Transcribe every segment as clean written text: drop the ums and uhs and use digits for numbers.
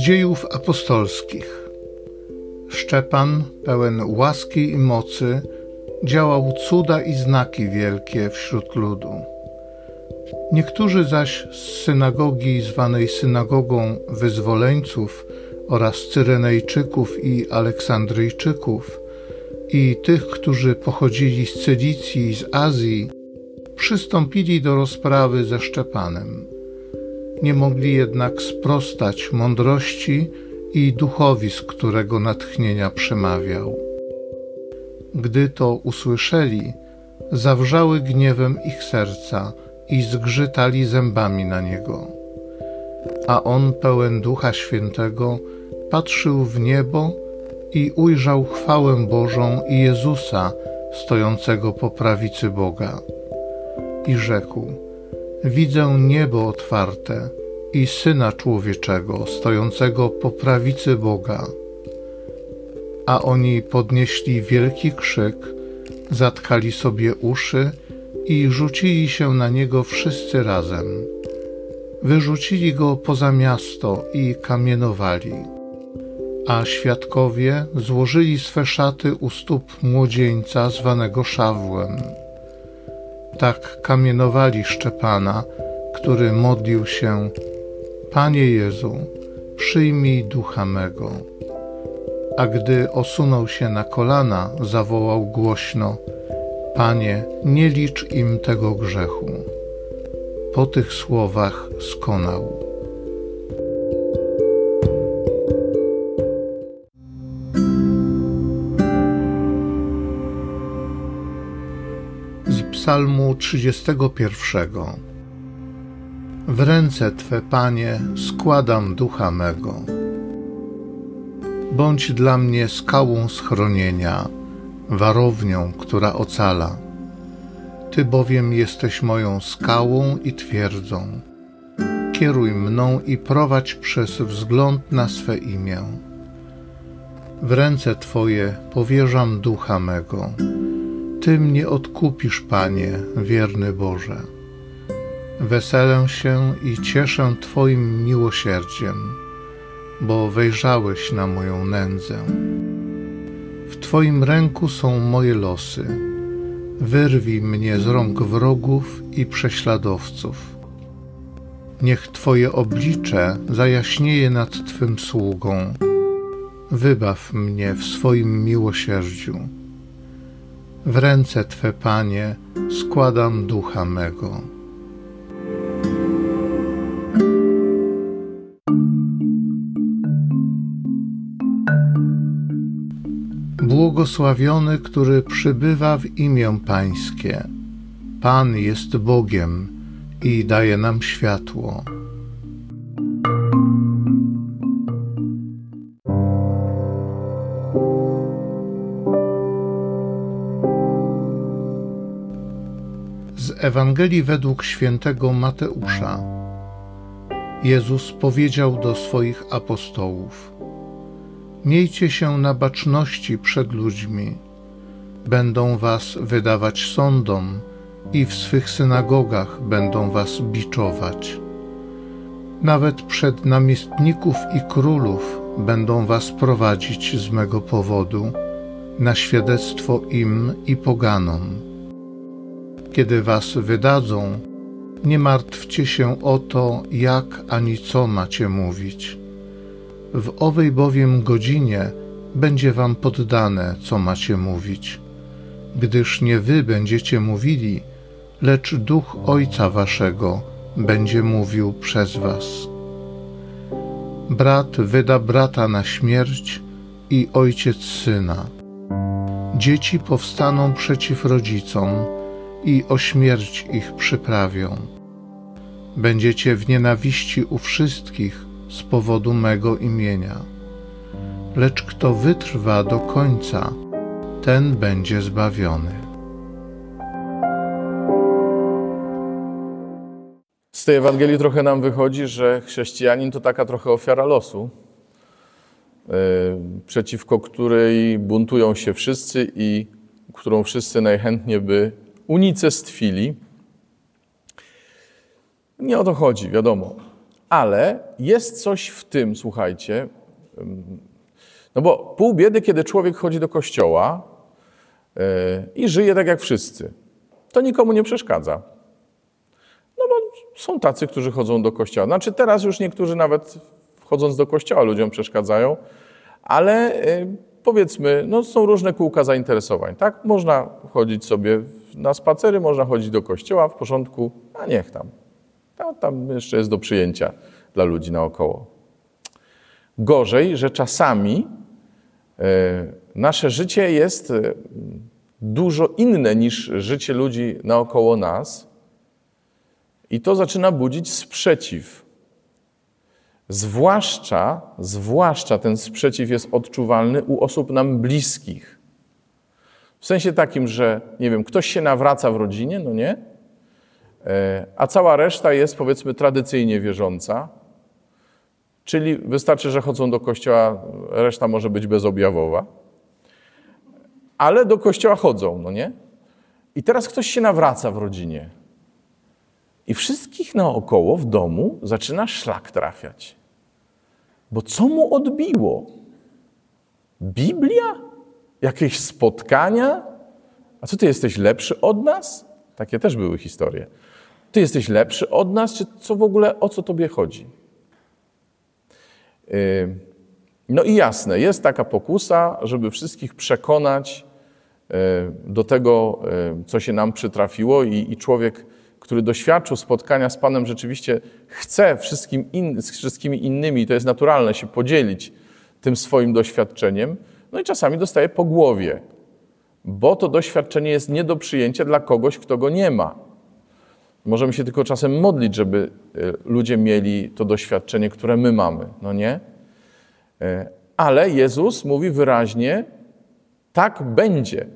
Dziejów apostolskich. Szczepan, pełen łaski i mocy, działał cuda i znaki wielkie wśród ludu. Niektórzy zaś z synagogi zwanej synagogą wyzwoleńców oraz Cyrenejczyków i Aleksandryjczyków i tych, którzy pochodzili z Cylicji i z Azji, przystąpili do rozprawy ze Szczepanem. Nie mogli jednak sprostać mądrości i duchowi, z którego natchnienia przemawiał. Gdy to usłyszeli, zawrzały gniewem ich serca i zgrzytali zębami na niego. A on, pełen Ducha Świętego, patrzył w niebo i ujrzał chwałę Bożą i Jezusa stojącego po prawicy Boga. I rzekł: widzę niebo otwarte i Syna Człowieczego stojącego po prawicy Boga. A oni podnieśli wielki krzyk, zatkali sobie uszy i rzucili się na niego wszyscy razem. Wyrzucili go poza miasto i kamienowali. A świadkowie złożyli swe szaty u stóp młodzieńca zwanego Szawłem. Tak kamienowali Szczepana, który modlił się: Panie Jezu, przyjmij ducha mego. A gdy osunął się na kolana, zawołał głośno: Panie, nie licz im tego grzechu. Po tych słowach skonał. Z Psalmu 31. W ręce Twe, Panie, składam ducha mego. Bądź dla mnie skałą schronienia, warownią, która ocala. Ty bowiem jesteś moją skałą i twierdzą. Kieruj mną i prowadź przez wzgląd na swe imię. W ręce Twoje powierzam ducha mego. Ty mnie odkupisz, Panie, wierny Boże. Weselę się i cieszę Twoim miłosierdziem, bo wejrzałeś na moją nędzę. W Twoim ręku są moje losy. Wyrwij mnie z rąk wrogów i prześladowców. Niech Twoje oblicze zajaśnieje nad Twym sługą. Wybaw mnie w swoim miłosierdziu. W ręce Twe, Panie, składam ducha mego. Błogosławiony, który przybywa w imię Pańskie. Pan jest Bogiem i daje nam światło. Z Ewangelii według świętego Mateusza. Jezus powiedział do swoich apostołów: Miejcie się na baczności przed ludźmi. Będą was wydawać sądom i w swych synagogach będą was biczować. Nawet przed namiestników i królów będą was prowadzić z mego powodu, na świadectwo im i poganom. Kiedy was wydadzą, nie martwcie się o to, jak ani co macie mówić. W owej bowiem godzinie będzie wam poddane, co macie mówić, gdyż nie wy będziecie mówili, lecz Duch Ojca waszego będzie mówił przez was. Brat wyda brata na śmierć i ojciec syna. Dzieci powstaną przeciw rodzicom i o śmierć ich przyprawią. Będziecie w nienawiści u wszystkich z powodu mego imienia. Lecz kto wytrwa do końca, ten będzie zbawiony. Z tej Ewangelii trochę nam wychodzi, że chrześcijanin to taka trochę ofiara losu, przeciwko której buntują się wszyscy i którą wszyscy najchętniej by unicestwili. Nie o to chodzi, wiadomo. Ale jest coś w tym, słuchajcie, no bo pół biedy, kiedy człowiek chodzi do kościoła i żyje tak jak wszyscy, to nikomu nie przeszkadza. No bo są tacy, którzy chodzą do kościoła. Znaczy teraz już niektórzy nawet wchodząc do kościoła ludziom przeszkadzają, ale powiedzmy, no są różne kółka zainteresowań, tak? Można chodzić sobie na spacery, można chodzić do kościoła, w porządku, a niech tam. Tam jeszcze jest do przyjęcia dla ludzi naokoło. Gorzej, że czasami nasze życie jest dużo inne niż życie ludzi naokoło nas i to zaczyna budzić sprzeciw. Zwłaszcza ten sprzeciw jest odczuwalny u osób nam bliskich. W sensie takim, że, nie wiem, ktoś się nawraca w rodzinie, no nie? A cała reszta jest, powiedzmy, tradycyjnie wierząca, czyli wystarczy, że chodzą do kościoła, reszta może być bezobjawowa, ale do kościoła chodzą, no nie? I teraz ktoś się nawraca w rodzinie i wszystkich naokoło w domu zaczyna szlak trafiać. Bo co mu odbiło? Biblia? Jakieś spotkania? A co, ty jesteś lepszy od nas? Takie też były historie. Ty jesteś lepszy od nas, czy co w ogóle, o co tobie chodzi? No i jasne, jest taka pokusa, żeby wszystkich przekonać do tego, co się nam przytrafiło i człowiek, który doświadczył spotkania z Panem, rzeczywiście chce z wszystkimi innymi, to jest naturalne, się podzielić tym swoim doświadczeniem, no i czasami dostaje po głowie, bo to doświadczenie jest nie do przyjęcia dla kogoś, kto go nie ma. Możemy się tylko czasem modlić, żeby ludzie mieli to doświadczenie, które my mamy, no nie? Ale Jezus mówi wyraźnie, tak będzie,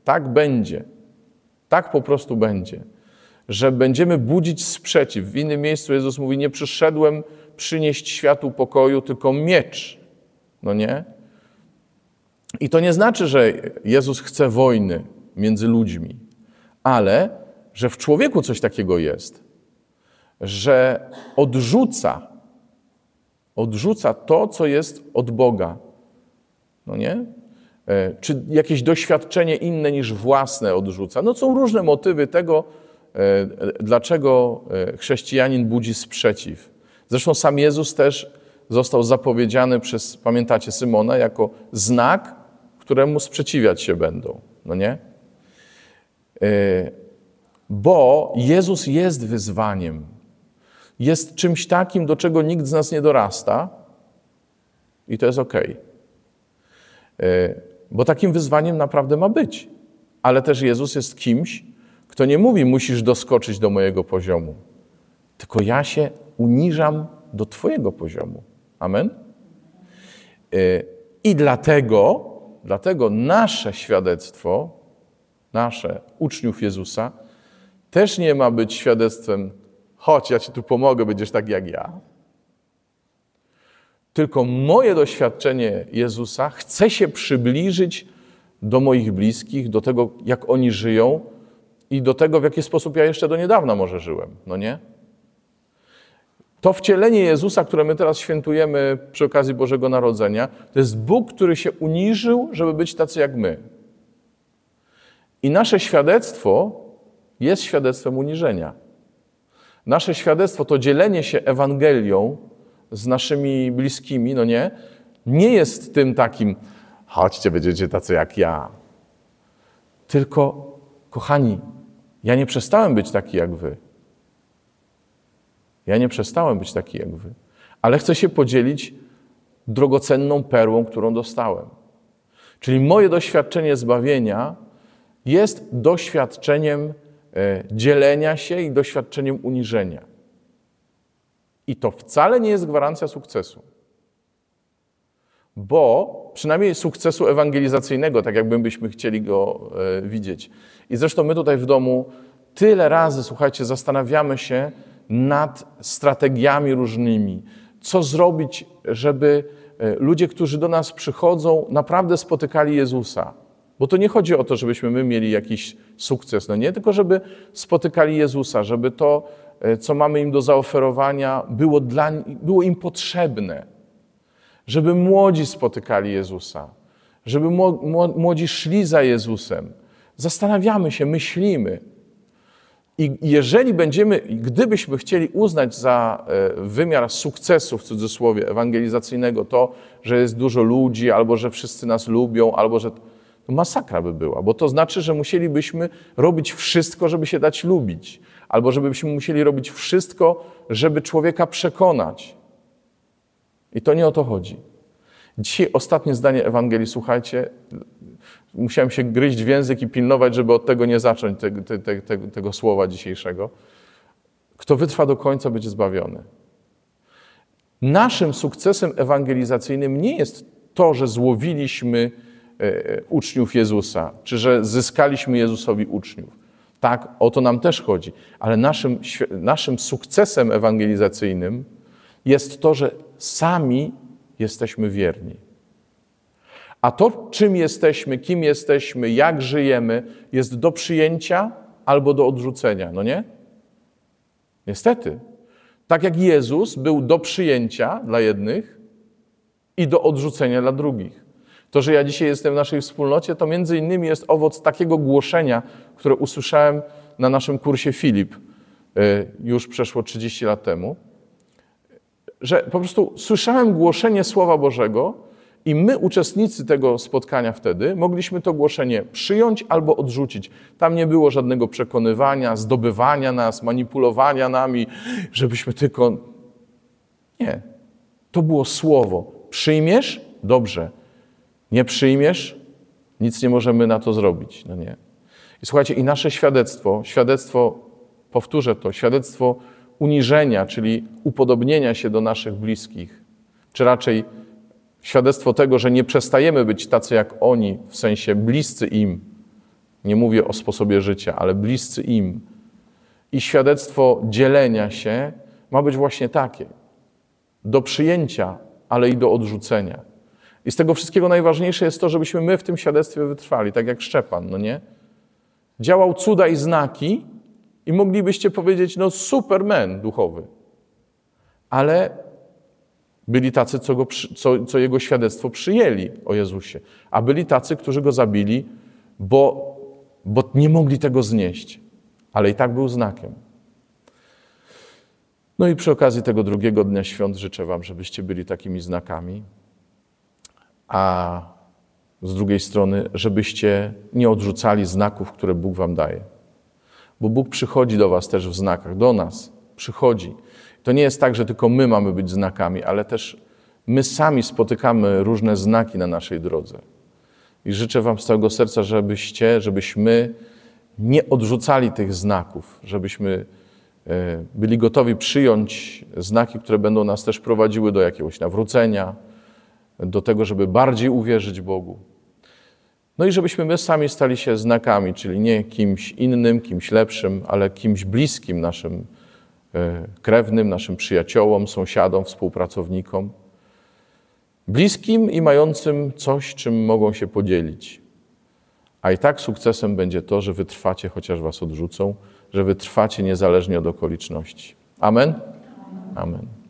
tak po prostu będzie, że będziemy budzić sprzeciw. W innym miejscu Jezus mówi, nie przyszedłem przynieść światu pokoju, tylko miecz, no nie? I to nie znaczy, że Jezus chce wojny między ludźmi, ale że w człowieku coś takiego jest, że odrzuca to, co jest od Boga, no nie? Czy jakieś doświadczenie inne niż własne odrzuca. No są różne motywy tego, dlaczego chrześcijanin budzi sprzeciw. Zresztą sam Jezus też został zapowiedziany przez, pamiętacie, Symona, jako znak, któremu sprzeciwiać się będą, no nie? Bo Jezus jest wyzwaniem. Jest czymś takim, do czego nikt z nas nie dorasta i to jest okej. Bo takim wyzwaniem naprawdę ma być. Ale też Jezus jest kimś, kto nie mówi, musisz doskoczyć do mojego poziomu, tylko ja się uniżam do twojego poziomu. Amen? I dlatego nasze świadectwo, nasze uczniów Jezusa, też nie ma być świadectwem, chodź, ja ci tu pomogę, będziesz tak jak ja. Tylko moje doświadczenie Jezusa chce się przybliżyć do moich bliskich, do tego, jak oni żyją i do tego, w jaki sposób ja jeszcze do niedawna może żyłem, no nie? To wcielenie Jezusa, które my teraz świętujemy przy okazji Bożego Narodzenia, to jest Bóg, który się uniżył, żeby być tacy jak my. I nasze świadectwo jest świadectwem uniżenia. Nasze świadectwo, to dzielenie się Ewangelią z naszymi bliskimi, no nie jest tym takim, chodźcie, będziecie tacy jak ja. Tylko, kochani, ja nie przestałem być taki jak wy. Ja nie przestałem być taki jak wy. Ale chcę się podzielić drogocenną perłą, którą dostałem. Czyli moje doświadczenie zbawienia jest doświadczeniem dzielenia się i doświadczeniem uniżenia. I to wcale nie jest gwarancja sukcesu. Bo przynajmniej sukcesu ewangelizacyjnego, tak jakbyśmy chcieli go widzieć. I zresztą my tutaj w domu tyle razy, słuchajcie, zastanawiamy się nad strategiami różnymi. Co zrobić, żeby ludzie, którzy do nas przychodzą, naprawdę spotykali Jezusa. Bo to nie chodzi o to, żebyśmy my mieli jakiś sukces, no nie, tylko żeby spotykali Jezusa, żeby to co mamy im do zaoferowania, było im potrzebne. Żeby młodzi spotykali Jezusa, żeby młodzi szli za Jezusem. Zastanawiamy się, myślimy. I gdybyśmy chcieli uznać za wymiar sukcesu, w cudzysłowie, ewangelizacyjnego to, że jest dużo ludzi, albo że wszyscy nas lubią, albo że... To masakra by była, bo to znaczy, że musielibyśmy robić wszystko, żeby się dać lubić. Albo żebyśmy musieli robić wszystko, żeby człowieka przekonać. I to nie o to chodzi. Dzisiaj ostatnie zdanie Ewangelii, słuchajcie, musiałem się gryźć w język i pilnować, żeby od tego nie zacząć, tego słowa dzisiejszego. Kto wytrwa do końca, będzie zbawiony. Naszym sukcesem ewangelizacyjnym nie jest to, że złowiliśmy uczniów Jezusa, czy że zyskaliśmy Jezusowi uczniów. Tak, o to nam też chodzi. Ale naszym sukcesem ewangelizacyjnym jest to, że sami jesteśmy wierni. A to, czym jesteśmy, kim jesteśmy, jak żyjemy, jest do przyjęcia albo do odrzucenia, no nie? Niestety. Tak jak Jezus był do przyjęcia dla jednych i do odrzucenia dla drugich. To, że ja dzisiaj jestem w naszej wspólnocie, to między innymi jest owoc takiego głoszenia, które usłyszałem na naszym kursie Filip już przeszło 30 lat temu, że po prostu słyszałem głoszenie Słowa Bożego i my, uczestnicy tego spotkania wtedy, mogliśmy to głoszenie przyjąć albo odrzucić. Tam nie było żadnego przekonywania, zdobywania nas, manipulowania nami, żebyśmy tylko... Nie. To było Słowo. Przyjmiesz? Dobrze. Nie przyjmiesz? Nic nie możemy na to zrobić. No nie. I słuchajcie, i nasze świadectwo, powtórzę to, świadectwo uniżenia, czyli upodobnienia się do naszych bliskich, czy raczej świadectwo tego, że nie przestajemy być tacy jak oni, w sensie bliscy im. Nie mówię o sposobie życia, ale bliscy im. I świadectwo dzielenia się ma być właśnie takie. Do przyjęcia, ale i do odrzucenia. I z tego wszystkiego najważniejsze jest to, żebyśmy my w tym świadectwie wytrwali, tak jak Szczepan, no nie? Działał cuda i znaki i moglibyście powiedzieć, no superman duchowy. Ale byli tacy, co jego świadectwo przyjęli o Jezusie. A byli tacy, którzy go zabili, bo nie mogli tego znieść. Ale i tak był znakiem. No i przy okazji tego drugiego dnia świąt życzę wam, żebyście byli takimi znakami. A z drugiej strony, żebyście nie odrzucali znaków, które Bóg wam daje. Bo Bóg przychodzi do was też w znakach, do nas przychodzi. To nie jest tak, że tylko my mamy być znakami, ale też my spotykamy różne znaki na naszej drodze. I życzę wam z całego serca, żebyśmy nie odrzucali tych znaków, żebyśmy byli gotowi przyjąć znaki, które będą nas też prowadziły do jakiegoś nawrócenia, do tego, żeby bardziej uwierzyć Bogu. No i żebyśmy my sami stali się znakami, czyli nie kimś innym, kimś lepszym, ale kimś bliskim naszym krewnym, naszym przyjaciołom, sąsiadom, współpracownikom. Bliskim i mającym coś, czym mogą się podzielić. A i tak sukcesem będzie to, że wytrwacie, chociaż was odrzucą, że wytrwacie niezależnie od okoliczności. Amen? Amen.